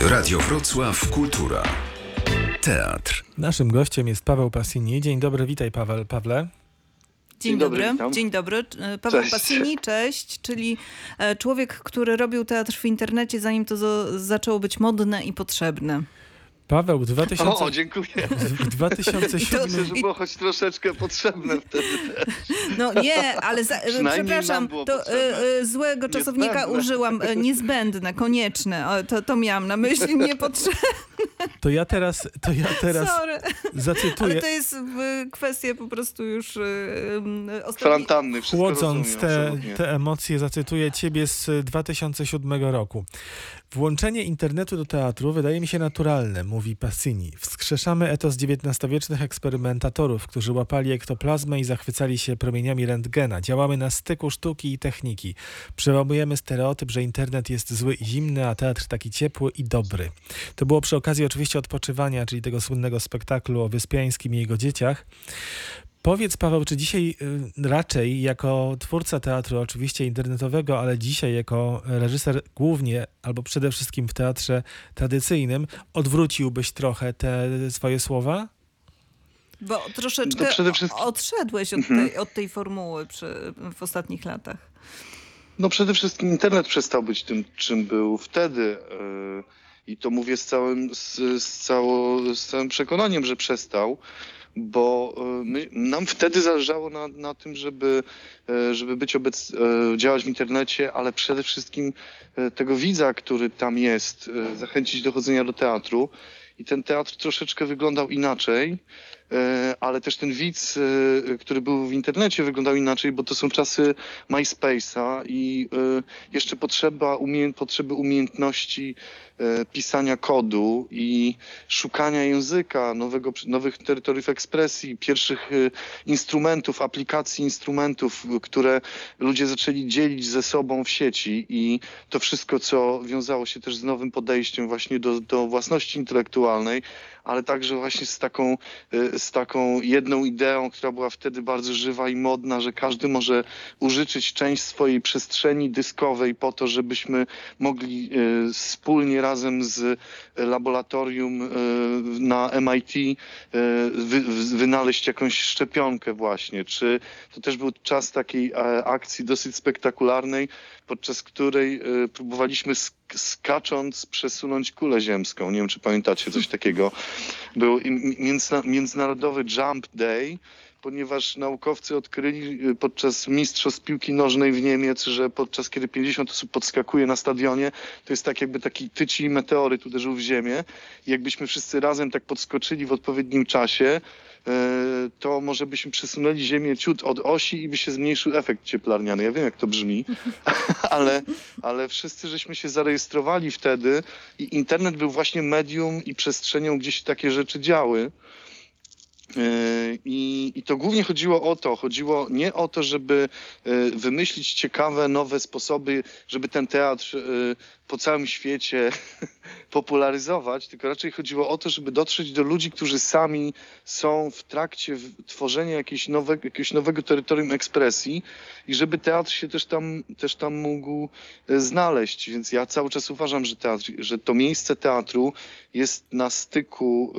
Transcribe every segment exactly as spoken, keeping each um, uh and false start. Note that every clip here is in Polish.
Radio Wrocław Kultura. Teatr. Naszym gościem jest Paweł Passini. Dzień dobry, witaj Paweł, Pawle. Dzień, Dzień dobry, dobry dzień dobry. Paweł cześć. Passini, cześć, czyli człowiek, który robił teatr w internecie, zanim to zo- zaczęło być modne i potrzebne. Paweł, w dwa tysiące... O, dziękuję. W dwa tysiące siódmym... Myślę, że było choć troszeczkę potrzebne wtedy też. No nie, ale za, przepraszam, to y, złego czasownika niezbędne. Użyłam. Y, niezbędne, konieczne. O, to, to miałam na myśli, niepotrzebne. To ja teraz, to ja teraz Sorry. zacytuję. Ale to jest y, kwestia po prostu już... Y, y, ostatniej... Chłodząc te, te emocje, zacytuję ciebie z dwa tysiące siódmego roku. Włączenie internetu do teatru wydaje mi się naturalne, mówi Passini. Wskrzeszamy etos dziewiętnastowiecznych eksperymentatorów, którzy łapali ektoplazmę i zachwycali się promieniami rentgena. Działamy na styku sztuki i techniki. Przełamujemy stereotyp, że internet jest zły i zimny, a teatr taki ciepły i dobry. To było przy okazji oczywiście odpoczywania, czyli tego słynnego spektaklu o Wyspiańskim i jego dzieciach. Powiedz, Paweł, czy dzisiaj y, raczej jako twórca teatru, oczywiście internetowego, ale dzisiaj jako reżyser głównie albo przede wszystkim w teatrze tradycyjnym, odwróciłbyś trochę te swoje słowa? Bo troszeczkę no wszystkim... odszedłeś od, mhm. tej, od tej formuły przy, w ostatnich latach. No przede wszystkim internet przestał być tym, czym był wtedy. Yy, I to mówię z całym, z, z, cało, z całym przekonaniem, że przestał. Bo my, nam wtedy zależało na, na tym, żeby, żeby być obec, działać w internecie, ale przede wszystkim tego widza, który tam jest, zachęcić do chodzenia do teatru. I ten teatr troszeczkę wyglądał inaczej, ale też ten widz, który był w internecie, wyglądał inaczej, bo to są czasy MySpace'a i jeszcze potrzeba umie- potrzeby umiejętności pisania kodu i szukania języka, nowego, nowych terytoriów ekspresji, pierwszych instrumentów, aplikacji instrumentów, które ludzie zaczęli dzielić ze sobą w sieci i to wszystko, co wiązało się też z nowym podejściem właśnie do, do własności intelektualnej, ale także właśnie z taką, z taką jedną ideą, która była wtedy bardzo żywa i modna, że każdy może użyczyć część swojej przestrzeni dyskowej po to, żebyśmy mogli wspólnie razem z laboratorium na M I T wy, wynaleźć jakąś szczepionkę właśnie. Czy to też był czas takiej akcji dosyć spektakularnej, podczas której próbowaliśmy skacząc przesunąć kulę ziemską. Nie wiem, czy pamiętacie coś takiego. Był Międzynarodowy Jump Day, ponieważ naukowcy odkryli podczas mistrzostw piłki nożnej w Niemiec, że podczas kiedy pięćdziesiąt osób podskakuje na stadionie, to jest tak jakby taki tyci meteoryt uderzył w ziemię. I jakbyśmy wszyscy razem tak podskoczyli w odpowiednim czasie, to może byśmy przesunęli Ziemię ciut od osi i by się zmniejszył efekt cieplarniany. Ja wiem, jak to brzmi, ale, ale wszyscy żeśmy się zarejestrowali wtedy i internet był właśnie medium i przestrzenią, gdzie się takie rzeczy działy. I, I to głównie chodziło o to, chodziło nie o to, żeby wymyślić ciekawe, nowe sposoby, żeby ten teatr po całym świecie popularyzować, tylko raczej chodziło o to, żeby dotrzeć do ludzi, którzy sami są w trakcie tworzenia jakiegoś nowego, jakiegoś nowego terytorium ekspresji i żeby teatr się też tam, też tam mógł znaleźć. Więc ja cały czas uważam, że, teatr, że to miejsce teatru jest na styku,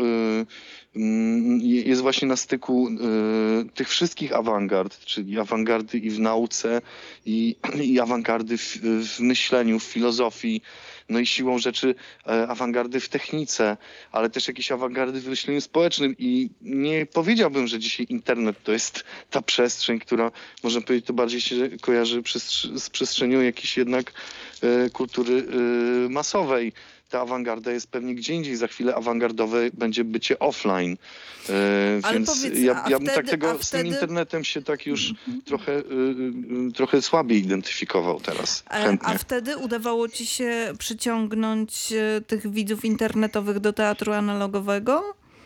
jest właśnie na styku tych wszystkich awangard, czyli awangardy i w nauce, i, i awangardy w, w myśleniu, w filozofii, no i siłą rzeczy e, awangardy w technice, ale też jakieś awangardy w myśleniu społecznym i nie powiedziałbym, że dzisiaj internet to jest ta przestrzeń, która, można powiedzieć, to bardziej się kojarzy przestr- z przestrzenią jakiejś jednak e, kultury e, masowej. Ta awangarda jest pewnie gdzie indziej. Za chwilę awangardowe będzie bycie offline. E, Ale więc powiedz, ja, ja bym wtedy, tak tego z wtedy... tym internetem się tak już mm-hmm. trochę, y, y, trochę słabiej identyfikował teraz. A, a wtedy udawało ci się przyciągnąć tych widzów internetowych do teatru analogowego?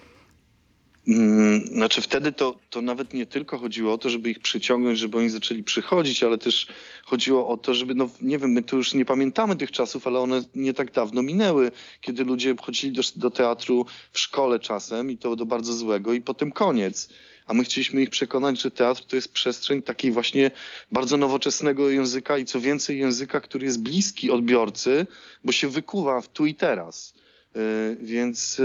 Znaczy wtedy to, to nawet nie tylko chodziło o to, żeby ich przyciągnąć, żeby oni zaczęli przychodzić, ale też chodziło o to, żeby, no nie wiem, my tu już nie pamiętamy tych czasów, ale one nie tak dawno minęły, kiedy ludzie chodzili do, do teatru w szkole czasem i to do bardzo złego i potem koniec. A my chcieliśmy ich przekonać, że teatr to jest przestrzeń takiej właśnie bardzo nowoczesnego języka i co więcej języka, który jest bliski odbiorcy, bo się wykuwa w tu i teraz. Więc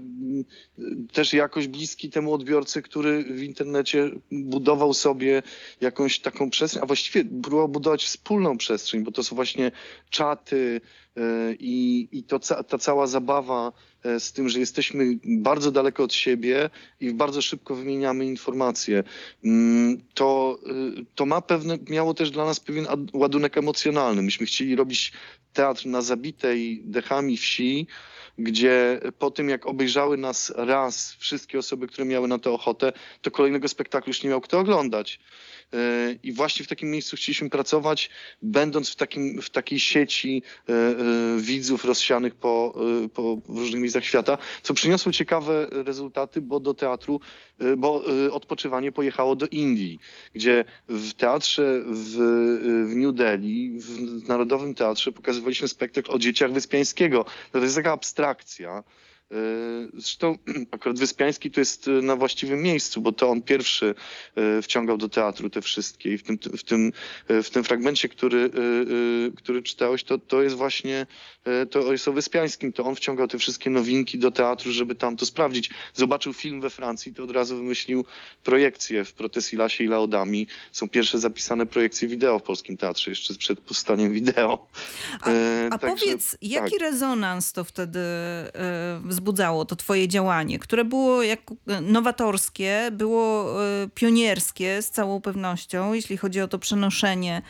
też jakoś bliski temu odbiorcy, który w internecie budował sobie jakąś taką przestrzeń, a właściwie próbował budować wspólną przestrzeń, bo to są właśnie czaty i, i to, ta cała zabawa z tym, że jesteśmy bardzo daleko od siebie i bardzo szybko wymieniamy informacje. To, to ma pewne, miało też dla nas pewien ładunek emocjonalny. Myśmy chcieli robić teatr na zabitej dechami wsi, gdzie po tym, jak obejrzały nas raz wszystkie osoby, które miały na to ochotę, to kolejnego spektaklu już nie miał kto oglądać. I właśnie w takim miejscu chcieliśmy pracować, będąc w, takim, w takiej sieci widzów rozsianych po, po różnych miejscach świata, co przyniosło ciekawe rezultaty, bo do teatru, bo Odpoczywanie pojechało do Indii, gdzie w teatrze w, w New Delhi, w Narodowym Teatrze pokazywaliśmy spektakl o dzieciach Wyspiańskiego. To jest taka abstrakcja. Zresztą akurat Wyspiański to jest na właściwym miejscu, bo to on pierwszy wciągał do teatru te wszystkie i w tym, w tym, w tym fragmencie, który, który czytałeś, to, to jest właśnie, to jest o Wyspiańskim, to on wciągał te wszystkie nowinki do teatru, żeby tam to sprawdzić. Zobaczył film we Francji, to od razu wymyślił projekcje w Protesilasie i Laodamii. Są pierwsze zapisane projekcje wideo w polskim teatrze, jeszcze przed powstaniem wideo. A, a Także, powiedz, jaki tak. rezonans to wtedy wzbudzało? wzbudzało to twoje działanie, które było jak nowatorskie, było pionierskie z całą pewnością, jeśli chodzi o to przenoszenie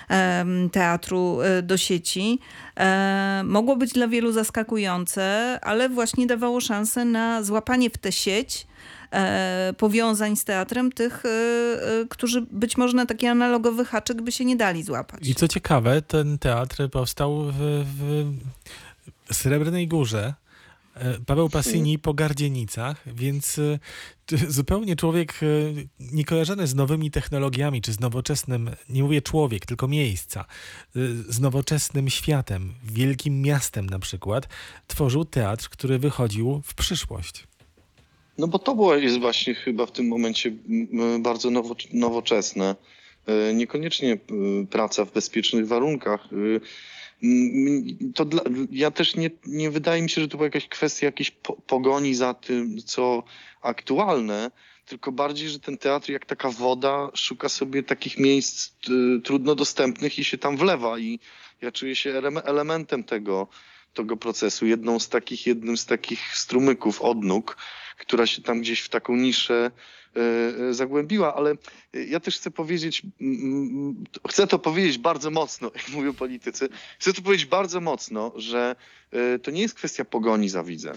teatru do sieci. Mogło być dla wielu zaskakujące, ale właśnie dawało szansę na złapanie w tę sieć powiązań z teatrem tych, którzy być może na taki analogowy haczyk by się nie dali złapać. I co ciekawe, ten teatr powstał w, w Srebrnej Górze. Paweł Passini po Gardzienicach, więc zupełnie człowiek niekojarzony z nowymi technologiami, czy z nowoczesnym, nie mówię człowiek, tylko miejsca, z nowoczesnym światem, wielkim miastem na przykład, tworzył teatr, który wychodził w przyszłość. No bo to było, jest właśnie chyba w tym momencie bardzo nowo, nowoczesne. Niekoniecznie praca w bezpiecznych warunkach. To dla, ja też nie, nie wydaje mi się, że to była jakaś kwestia jakiejś po, pogoni za tym, co aktualne, tylko bardziej, że ten teatr jak taka woda szuka sobie takich miejsc y, trudno dostępnych i się tam wlewa i ja czuję się elementem tego, tego procesu, jedną z takich, jednym z takich strumyków, odnóg, która się tam gdzieś w taką niszę zagłębiła, ale ja też chcę powiedzieć, chcę to powiedzieć bardzo mocno, jak mówią politycy, chcę to powiedzieć bardzo mocno, że to nie jest kwestia pogoni za widzem.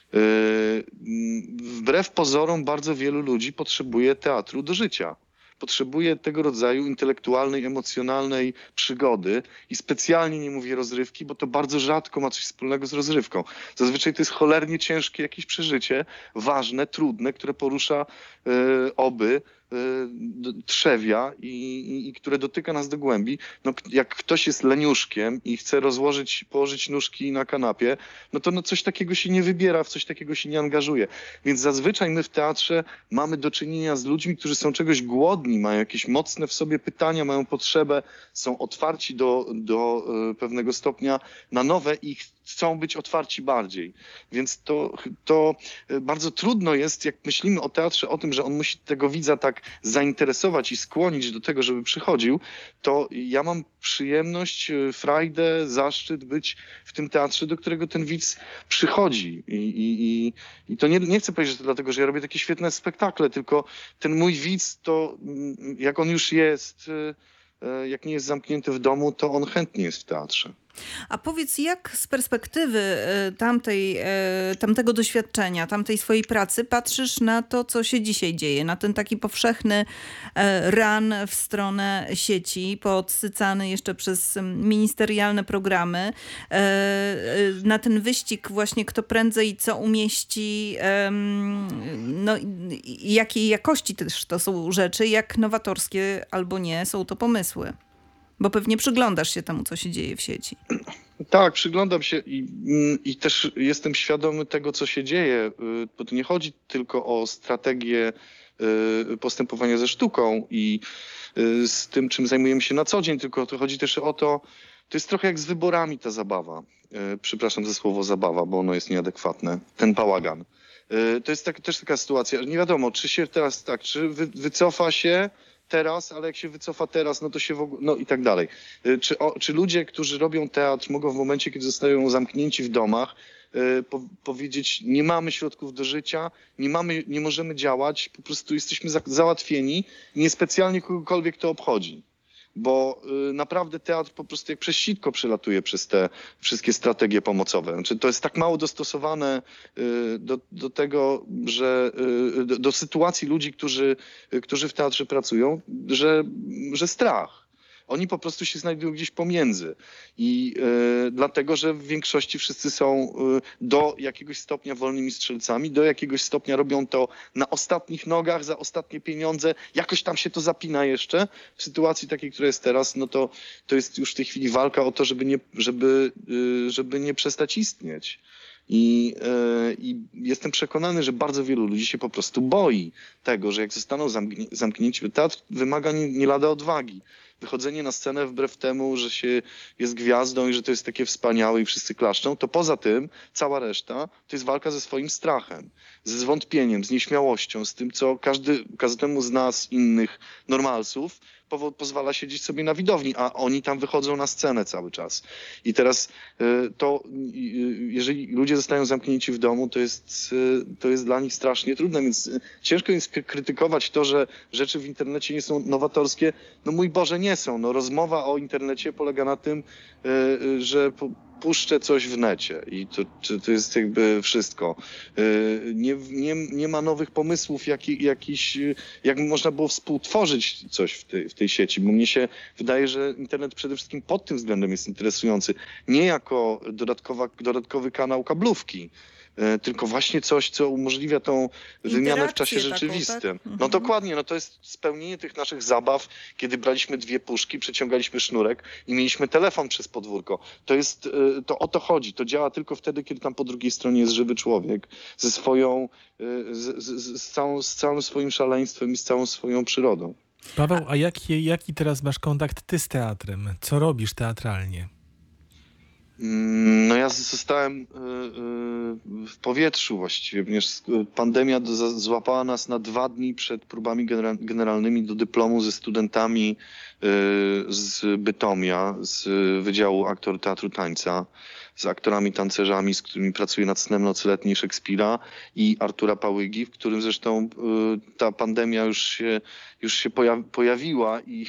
Wbrew pozorom bardzo wielu ludzi potrzebuje teatru do życia. Potrzebuje tego rodzaju intelektualnej, emocjonalnej przygody i specjalnie nie mówię rozrywki, bo to bardzo rzadko ma coś wspólnego z rozrywką. Zazwyczaj to jest cholernie ciężkie jakieś przeżycie, ważne, trudne, które porusza y, oby, y, trzewia i, i, i które dotyka nas do głębi. No, jak ktoś jest leniuszkiem i chce rozłożyć, położyć nóżki na kanapie, no to no, coś takiego się nie wybiera, w coś takiego się nie angażuje. Więc zazwyczaj my w teatrze mamy do czynienia z ludźmi, którzy są czegoś głodni, mają jakieś mocne w sobie pytania, mają potrzebę, są otwarci do, do y, pewnego stopnia na nowe i chcą być otwarci bardziej. Więc to, to bardzo trudno jest, jak myślimy o teatrze, o tym, że on musi tego widza tak zainteresować i skłonić do tego, żeby przychodził, to ja mam przyjemność, frajdę, zaszczyt być w tym teatrze, do którego ten widz przychodzi. I, i, i, i to nie, nie chcę powiedzieć, że to dlatego, że ja robię takie świetne spektakle, tylko ten mój widz, to jak on już jest, jak nie jest zamknięty w domu, to on chętnie jest w teatrze. A powiedz, jak z perspektywy tamtej, tamtego doświadczenia, tamtej swojej pracy patrzysz na to, co się dzisiaj dzieje, na ten taki powszechny run w stronę sieci, podsycany jeszcze przez ministerialne programy, na ten wyścig właśnie, kto prędzej co umieści, no jakiej jakości też to są rzeczy, jak nowatorskie albo nie są to pomysły. Bo pewnie przyglądasz się temu, co się dzieje w sieci. Tak, przyglądam się i, i też jestem świadomy tego, co się dzieje, bo to nie chodzi tylko o strategię postępowania ze sztuką i z tym, czym zajmujemy się na co dzień, tylko to chodzi też o to, to jest trochę jak z wyborami ta zabawa. E, przepraszam za słowo zabawa, bo ono jest nieadekwatne. Ten bałagan. E, to jest tak, też taka sytuacja, że nie wiadomo, czy się teraz tak, czy wy, wycofa się teraz, ale jak się wycofa teraz, no to się w ogóle, no i tak dalej. E, czy, o, czy ludzie, którzy robią teatr, mogą w momencie, kiedy zostają zamknięci w domach, e, po, powiedzieć, nie mamy środków do życia, nie mamy, nie możemy działać, po prostu jesteśmy za, załatwieni i niespecjalnie kogokolwiek to obchodzi. Bo y, naprawdę teatr po prostu jak przez sitko przelatuje przez te wszystkie strategie pomocowe. Znaczy, to jest tak mało dostosowane y, do, do tego, że y, do, do sytuacji ludzi, którzy, y, którzy w teatrze pracują, że, że strach. Oni po prostu się znajdują gdzieś pomiędzy. I y, dlatego, że w większości wszyscy są y, do jakiegoś stopnia wolnymi strzelcami, do jakiegoś stopnia robią to na ostatnich nogach, za ostatnie pieniądze. Jakoś tam się to zapina jeszcze. W sytuacji takiej, która jest teraz, no to, to jest już w tej chwili walka o to, żeby nie, żeby, y, żeby nie przestać istnieć. I, yy, I jestem przekonany, że bardzo wielu ludzi się po prostu boi tego, że jak zostaną zamknię, zamknięci, teatr wymaga nie, nie lada odwagi. Wychodzenie na scenę wbrew temu, że się jest gwiazdą i że to jest takie wspaniałe i wszyscy klaszczą, to poza tym cała reszta to jest walka ze swoim strachem, ze zwątpieniem, z nieśmiałością, z tym, co każdy, każdemu z nas innych normalsów powo- pozwala siedzieć sobie na widowni, a oni tam wychodzą na scenę cały czas. I teraz y, to, y, jeżeli ludzie zostają zamknięci w domu, to jest, y, to jest dla nich strasznie trudne, więc y, ciężko jest krytykować to, że rzeczy w internecie nie są nowatorskie. No mój Boże, nie są. No, rozmowa o internecie polega na tym, y, y, że po, puszczę coś w necie i to, to jest jakby wszystko. Nie, nie, nie ma nowych pomysłów, jak, jakiś, jak można było współtworzyć coś w tej, w tej sieci, bo mnie się wydaje, że internet przede wszystkim pod tym względem jest interesujący. Nie jako dodatkowa, dodatkowy kanał kablówki, tylko właśnie coś, co umożliwia tą wymianę w czasie rzeczywistym. Taką, tak? No dokładnie, no to jest spełnienie tych naszych zabaw, kiedy braliśmy dwie puszki, przeciągaliśmy sznurek i mieliśmy telefon przez podwórko. To jest, to o to chodzi. To działa tylko wtedy, kiedy tam po drugiej stronie jest żywy człowiek ze swoją, z, z, z, całą, z całym swoim szaleństwem i z całą swoją przyrodą. Paweł, a jaki, jaki teraz masz kontakt ty z teatrem? Co robisz teatralnie? No ja zostałem w powietrzu właściwie, ponieważ pandemia złapała nas na dwa dni przed próbami generalnymi do dyplomu ze studentami z Bytomia, z Wydziału Aktor Teatru Tańca, z aktorami tancerzami, z którymi pracuję nad Snem Nocy Letniej Szekspira i Artura Pałygi, w którym zresztą ta pandemia już się, już się pojawiła i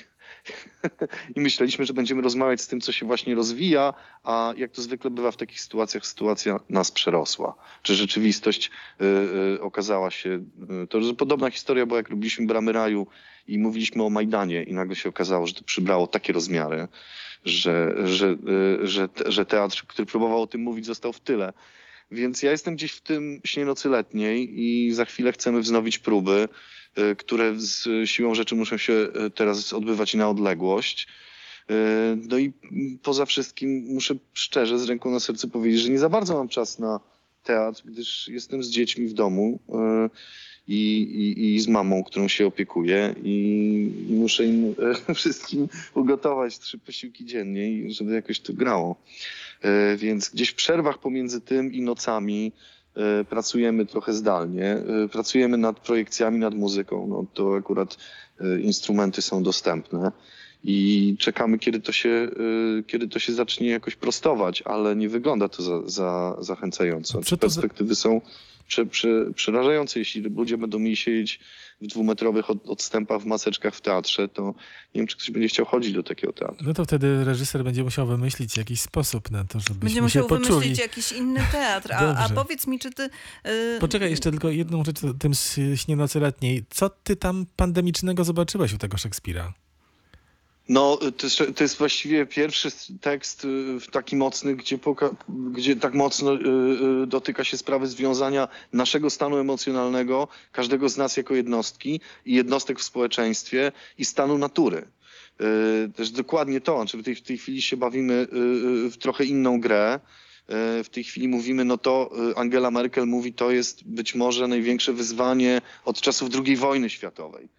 I myśleliśmy, że będziemy rozmawiać z tym, co się właśnie rozwija, a jak to zwykle bywa w takich sytuacjach, sytuacja nas przerosła. Czy rzeczywistość y, y, okazała się... Y, to że podobna historia była, jak robiliśmy Bramy Raju i mówiliśmy o Majdanie i nagle się okazało, że to przybrało takie rozmiary, że, że, y, że, że teatr, który próbował o tym mówić, został w tyle. Więc ja jestem gdzieś w tym śnie nocy letniej i za chwilę chcemy wznowić próby, które z siłą rzeczy muszą się teraz odbywać na odległość. No i poza wszystkim muszę szczerze z ręką na sercu powiedzieć, że nie za bardzo mam czas na teatr, gdyż jestem z dziećmi w domu i, i, i z mamą, którą się opiekuję i muszę im wszystkim ugotować trzy posiłki dziennie, żeby jakoś to grało. Więc gdzieś w przerwach pomiędzy tym i nocami pracujemy trochę zdalnie, pracujemy nad projekcjami, nad muzyką, no to akurat instrumenty są dostępne i czekamy, kiedy to się, kiedy to się zacznie jakoś prostować, ale nie wygląda to za, za zachęcająco. Czy perspektywy są prze, prze, przerażające, jeśli ludzie będą mieli siedzieć w dwumetrowych od, odstępach w maseczkach w teatrze, to nie wiem, czy ktoś będzie chciał chodzić do takiego teatru. No to wtedy reżyser będzie musiał wymyślić jakiś sposób na to, żebyśmy będzie musiał się poczuli. wymyślić jakiś inny teatr. A, a powiedz mi, czy ty... Yy... Poczekaj, jeszcze tylko jedną rzecz o tym śnie nocy letniej. Co ty tam pandemicznego zobaczyłeś u tego Szekspira? No, to jest, to jest właściwie pierwszy tekst taki mocny, gdzie, poka- gdzie tak mocno y, y, dotyka się sprawy związania naszego stanu emocjonalnego, każdego z nas jako jednostki i jednostek w społeczeństwie i stanu natury. Y, też dokładnie to, znaczy w tej, w tej chwili się bawimy y, y, w trochę inną grę. W tej chwili mówimy, no to Angela Merkel mówi, to jest być może największe wyzwanie od czasów drugiej wojny światowej.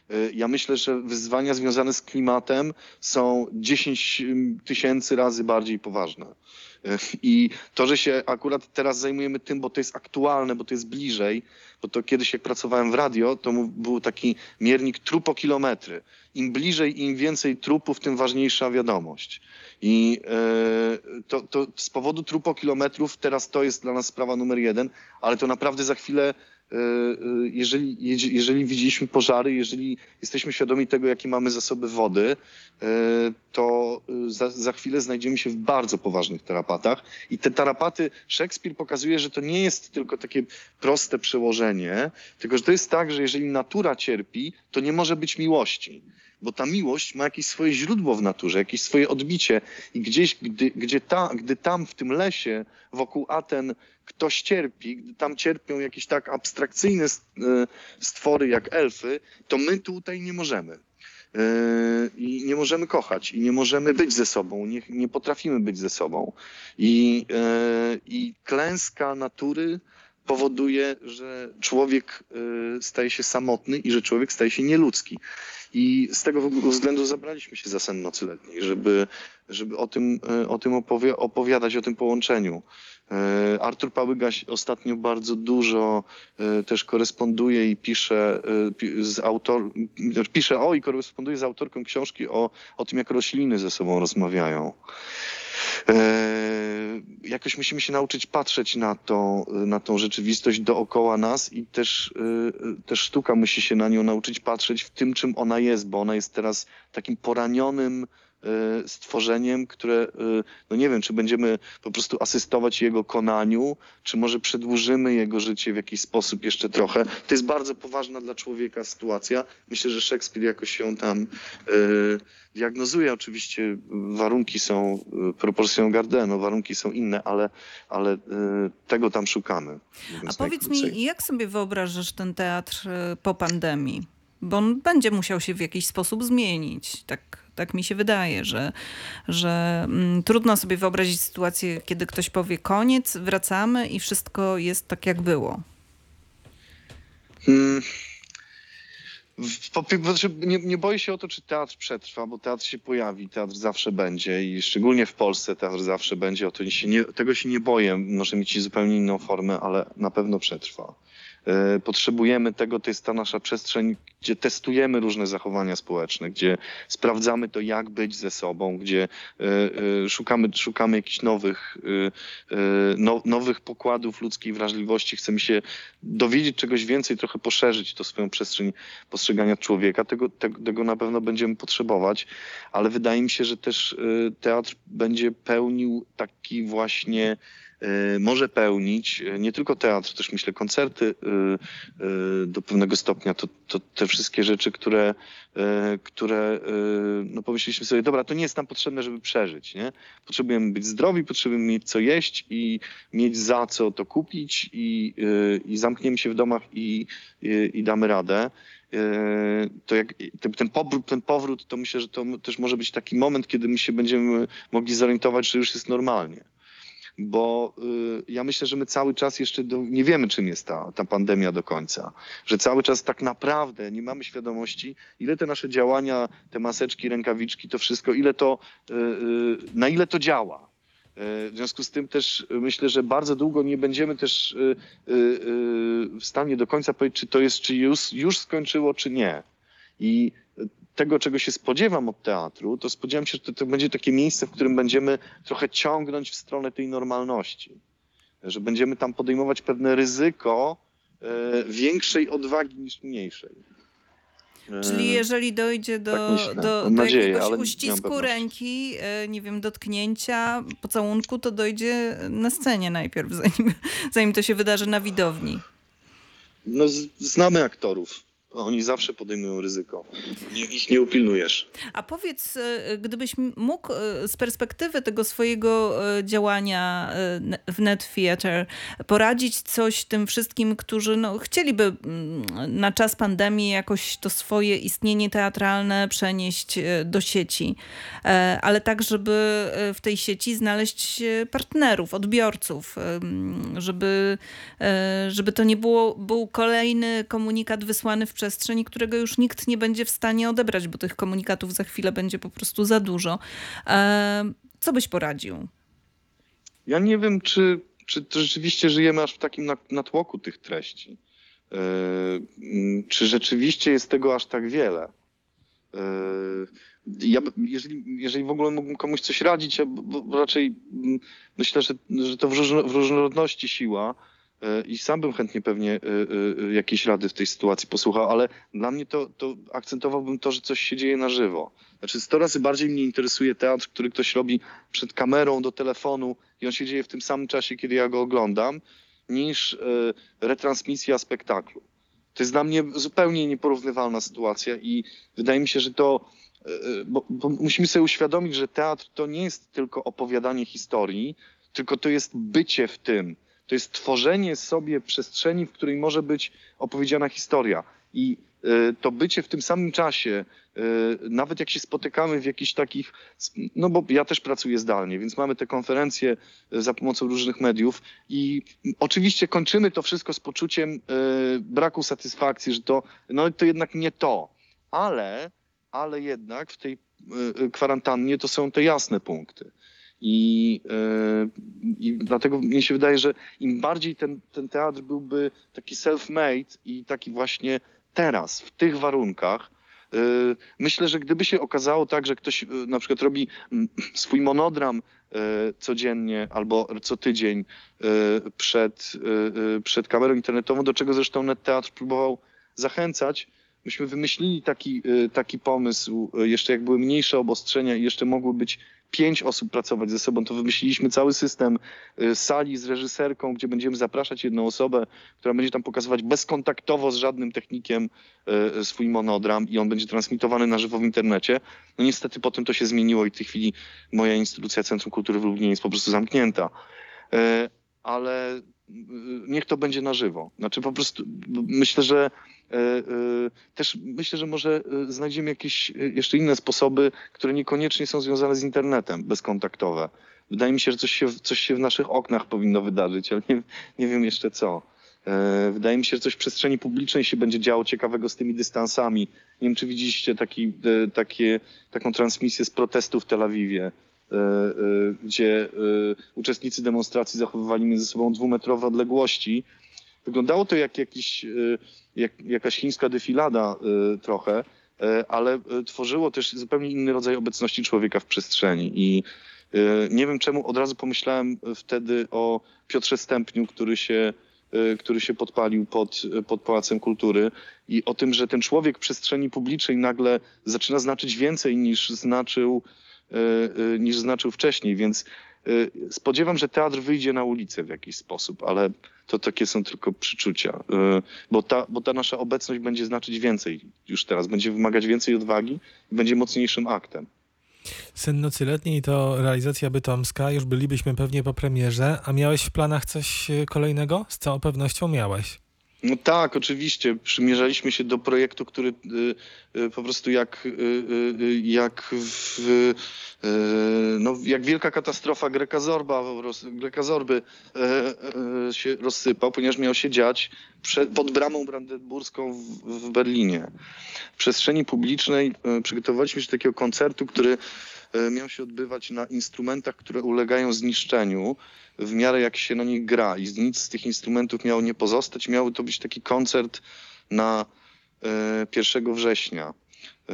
Ja myślę, że wyzwania związane z klimatem są dziesięć tysięcy razy bardziej poważne. I to, że się akurat teraz zajmujemy tym, bo to jest aktualne, bo to jest bliżej, bo to kiedyś jak pracowałem w radio, to był taki miernik trupokilometry. Im bliżej, im więcej trupów, tym ważniejsza wiadomość. I e, to, to z powodu trupokilometrów teraz to jest dla nas sprawa numer jeden, ale to naprawdę za chwilę, e, jeżeli, jeżeli widzieliśmy pożary, jeżeli jesteśmy świadomi tego, jakie mamy zasoby wody, e, to za, za chwilę znajdziemy się w bardzo poważnych tarapatach. I te tarapaty, Szekspir pokazuje, że to nie jest tylko takie proste przełożenie, tylko że to jest tak, że jeżeli natura cierpi, to nie może być miłości. Bo ta miłość ma jakieś swoje źródło w naturze, jakieś swoje odbicie i gdzieś, gdy, gdzie ta, gdy tam w tym lesie wokół Aten ktoś cierpi, gdy tam cierpią jakieś tak abstrakcyjne stwory jak elfy, to my tutaj nie możemy. I nie możemy kochać, i nie możemy być ze sobą, nie, nie potrafimy być ze sobą. I, i klęska natury powoduje, że człowiek staje się samotny i że człowiek staje się nieludzki. I z tego względu zabraliśmy się za Sen nocy letniej, żeby, żeby o tym, o tym opowi- opowiadać, o tym połączeniu. Artur Pałyga ostatnio bardzo dużo też koresponduje i pisze z autor, pisze o i koresponduje z autorką książki o, o tym, jak rośliny ze sobą rozmawiają. Jakoś musimy się nauczyć patrzeć na, to, na tą rzeczywistość dookoła nas i też, też sztuka musi się na nią nauczyć patrzeć w tym, czym ona jest, bo ona jest teraz takim poranionym stworzeniem, które, no nie wiem, czy będziemy po prostu asystować jego konaniu, czy może przedłużymy jego życie w jakiś sposób jeszcze trochę. To jest bardzo poważna dla człowieka sytuacja. Myślę, że Szekspir jakoś ją tam y, diagnozuje. Oczywiście warunki są proporcją Gardeno, warunki są inne, ale, ale y, tego tam szukamy. A powiedz mi, jak sobie wyobrażasz ten teatr po pandemii? Bo on będzie musiał się w jakiś sposób zmienić. Tak, tak mi się wydaje, że, że mm, trudno sobie wyobrazić sytuację, kiedy ktoś powie koniec, wracamy i wszystko jest tak, jak było. Hmm. Po, nie, nie boję się o to, czy teatr przetrwa, bo teatr się pojawi, teatr zawsze będzie i szczególnie w Polsce teatr zawsze będzie. O to się nie, tego się nie boję, może mieć zupełnie inną formę, ale na pewno przetrwa. Potrzebujemy tego, to jest ta nasza przestrzeń, gdzie testujemy różne zachowania społeczne, gdzie sprawdzamy to, jak być ze sobą, gdzie szukamy, szukamy jakichś nowych, no, nowych pokładów ludzkiej wrażliwości. Chcemy się dowiedzieć czegoś więcej, trochę poszerzyć to swoją przestrzeń postrzegania człowieka. Tego, tego, tego na pewno będziemy potrzebować, ale wydaje mi się, że też teatr będzie pełnił taki właśnie może pełnić nie tylko teatr, też myślę koncerty do pewnego stopnia, to, to te wszystkie rzeczy, które, które no pomyśleliśmy sobie, dobra, to nie jest nam potrzebne, żeby przeżyć, nie? Potrzebujemy być zdrowi, potrzebujemy mieć co jeść i mieć za co to kupić i, i zamkniemy się w domach i, i, i damy radę. To jak, ten, powrót, ten powrót, to myślę, że to też może być taki moment, kiedy my się będziemy mogli zorientować, że już jest normalnie. Bo y, ja myślę, że my cały czas jeszcze do, nie wiemy, czym jest ta, ta pandemia do końca. Że cały czas tak naprawdę nie mamy świadomości, ile te nasze działania, te maseczki, rękawiczki, to wszystko, ile to, y, y, na ile to działa. Y, w związku z tym też myślę, że bardzo długo nie będziemy też y, y, y, w stanie do końca powiedzieć, czy to jest, czy już, już skończyło, czy nie. I tego, czego się spodziewam od teatru, to spodziewam się, że to, to będzie takie miejsce, w którym będziemy trochę ciągnąć w stronę tej normalności. Że będziemy tam podejmować pewne ryzyko e, większej odwagi niż mniejszej. E, Czyli jeżeli dojdzie do, tak myślę, do, do nadzieję, jakiegoś ale uścisku ręki, e, nie wiem, dotknięcia, pocałunku, to dojdzie na scenie najpierw, zanim, zanim to się wydarzy na widowni. No, z, znamy aktorów. Oni zawsze podejmują ryzyko. Nie, ich nie upilnujesz. A powiedz, gdybyś mógł z perspektywy tego swojego działania w Net Theatre poradzić coś tym wszystkim, którzy no, chcieliby na czas pandemii jakoś to swoje istnienie teatralne przenieść do sieci, ale tak, żeby w tej sieci znaleźć partnerów, odbiorców, żeby, żeby to nie było, był kolejny komunikat wysłany w przestrzeń, którego już nikt nie będzie w stanie odebrać, bo tych komunikatów za chwilę będzie po prostu za dużo. Co byś poradził? Ja nie wiem, czy, czy to rzeczywiście żyjemy aż w takim natłoku tych treści. Czy rzeczywiście jest tego aż tak wiele? Ja, jeżeli, jeżeli w ogóle mógłbym komuś coś radzić, ja, bo, bo raczej myślę, że, że to w, różno, w różnorodności siła i sam bym chętnie pewnie jakieś rady w tej sytuacji posłuchał, ale dla mnie to, to akcentowałbym to, że coś się dzieje na żywo. Znaczy sto razy bardziej mnie interesuje teatr, który ktoś robi przed kamerą do telefonu i on się dzieje w tym samym czasie, kiedy ja go oglądam, niż retransmisja spektaklu. To jest dla mnie zupełnie nieporównywalna sytuacja i wydaje mi się, że to, bo, bo musimy sobie uświadomić, że teatr to nie jest tylko opowiadanie historii, tylko to jest bycie w tym. To jest tworzenie sobie przestrzeni, w której może być opowiedziana historia. I to bycie w tym samym czasie, nawet jak się spotykamy w jakichś takich, no bo ja też pracuję zdalnie, więc mamy te konferencje za pomocą różnych mediów i oczywiście kończymy to wszystko z poczuciem braku satysfakcji, że to, no to jednak nie to, ale, ale jednak w tej kwarantannie to są te jasne punkty. I, yy, I dlatego mnie się wydaje, że im bardziej ten, ten teatr byłby taki self-made i taki właśnie teraz, w tych warunkach, yy, myślę, że gdyby się okazało tak, że ktoś yy, na przykład robi yy, swój monodram yy, codziennie albo co tydzień yy, przed, yy, przed kamerą internetową, do czego zresztą Net Teatr próbował zachęcać, myśmy wymyślili taki, yy, taki pomysł, yy, jeszcze jak były mniejsze obostrzenia i jeszcze mogły być pięć osób pracować ze sobą, to wymyśliliśmy cały system sali z reżyserką, gdzie będziemy zapraszać jedną osobę, która będzie tam pokazywać bezkontaktowo z żadnym technikiem swój monodram i on będzie transmitowany na żywo w internecie. No niestety potem to się zmieniło i w tej chwili moja instytucja Centrum Kultury w Lublinie jest po prostu zamknięta. Ale niech to będzie na żywo. Znaczy po prostu myślę, że też myślę, że może znajdziemy jakieś jeszcze inne sposoby, które niekoniecznie są związane z internetem, bezkontaktowe. Wydaje mi się, że coś się, coś się w naszych oknach powinno wydarzyć, ale nie, nie wiem jeszcze co. Wydaje mi się, że coś w przestrzeni publicznej się będzie działo ciekawego z tymi dystansami. Nie wiem, czy widzieliście taki, takie, taką transmisję z protestu w Tel Awiwie, gdzie uczestnicy demonstracji zachowywali między sobą dwumetrowe odległości. Wyglądało to jak, jakiś, jak jakaś chińska defilada trochę, ale tworzyło też zupełnie inny rodzaj obecności człowieka w przestrzeni. I nie wiem czemu od razu pomyślałem wtedy o Piotrze Stępniu, który się, który się podpalił pod, pod Pałacem Kultury i o tym, że ten człowiek w przestrzeni publicznej nagle zaczyna znaczyć więcej niż znaczył, niż znaczył wcześniej, więc spodziewam, że teatr wyjdzie na ulicę w jakiś sposób, ale to takie są tylko przyczucia, bo ta, bo ta nasza obecność będzie znaczyć więcej już teraz, będzie wymagać więcej odwagi i będzie mocniejszym aktem. Sen Nocy Letniej to realizacja bytomska, już bylibyśmy pewnie po premierze, a miałeś w planach coś kolejnego? Z całą pewnością miałeś. No tak, oczywiście. Przymierzaliśmy się do projektu, który y, y, po prostu jak, y, y, jak, w, y, no, jak wielka katastrofa Greka Zorba, Greka Zorby y, y, się rozsypał, ponieważ miał się dziać przed, pod bramą brandenburską w, w Berlinie. W przestrzeni publicznej y, przygotowaliśmy się do takiego koncertu, który y, miał się odbywać na instrumentach, które ulegają zniszczeniu w miarę jak się na nich gra i nic z tych instrumentów miało nie pozostać. Miał to być taki koncert na e, pierwszego września, e,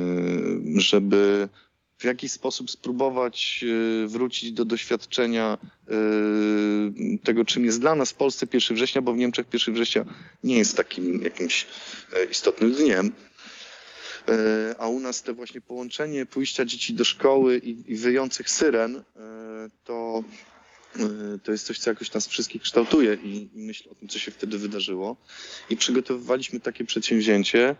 żeby w jakiś sposób spróbować e, wrócić do doświadczenia e, tego, czym jest dla nas w Polsce pierwszego września, bo w Niemczech pierwszego września nie jest takim jakimś e, istotnym dniem. E, a u nas te właśnie połączenie pójścia dzieci do szkoły i, i wyjących syren, e, to To jest coś, co jakoś nas wszystkich kształtuje i, i myślę o tym, co się wtedy wydarzyło. I przygotowywaliśmy takie przedsięwzięcie.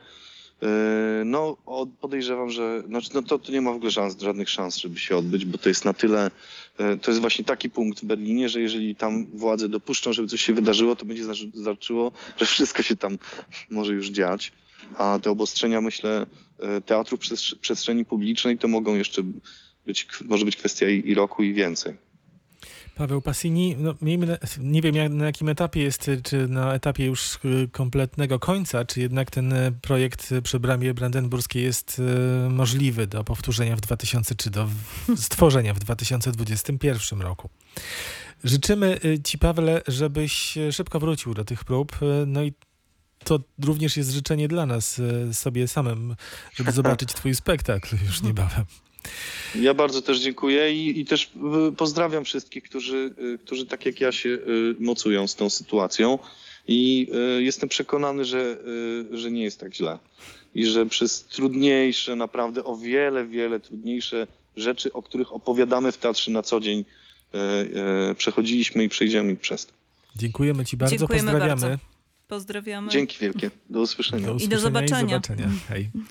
No podejrzewam, że znaczy, no to, to nie ma w ogóle szans, żadnych szans, żeby się odbyć, bo to jest na tyle, to jest właśnie taki punkt w Berlinie, że jeżeli tam władze dopuszczą, żeby coś się wydarzyło, to będzie znaczyło, że wszystko się tam może już dziać. A te obostrzenia, myślę, teatrów w przestrzeni publicznej to mogą jeszcze być, może być kwestia i, i roku i więcej. Paweł Passini, no, miejmy na, nie wiem jak, na jakim etapie jest, czy na etapie już y, kompletnego końca, czy jednak ten y, projekt y, przy Bramie Brandenburskiej jest y, możliwy do powtórzenia w dwa tysiące czy do w, stworzenia w dwa tysiące dwudziestym pierwszym roku. Życzymy y, Ci, Pawle, żebyś szybko wrócił do tych prób, y, no i to również jest życzenie dla nas y, sobie samym, żeby zobaczyć Twój spektakl już niebawem. Ja bardzo też dziękuję i, i też y, pozdrawiam wszystkich, którzy, y, którzy tak jak ja się y, mocują z tą sytuacją i y, jestem przekonany, że, y, że nie jest tak źle i że przez trudniejsze, naprawdę o wiele, wiele trudniejsze rzeczy, o których opowiadamy w teatrze na co dzień, y, y, przechodziliśmy i przejdziemy przez to. Dziękujemy Ci bardzo, Dziękujemy pozdrawiamy. bardzo. Pozdrawiamy. Dzięki wielkie, do usłyszenia. Do I do usłyszenia zobaczenia. I zobaczenia. Hej.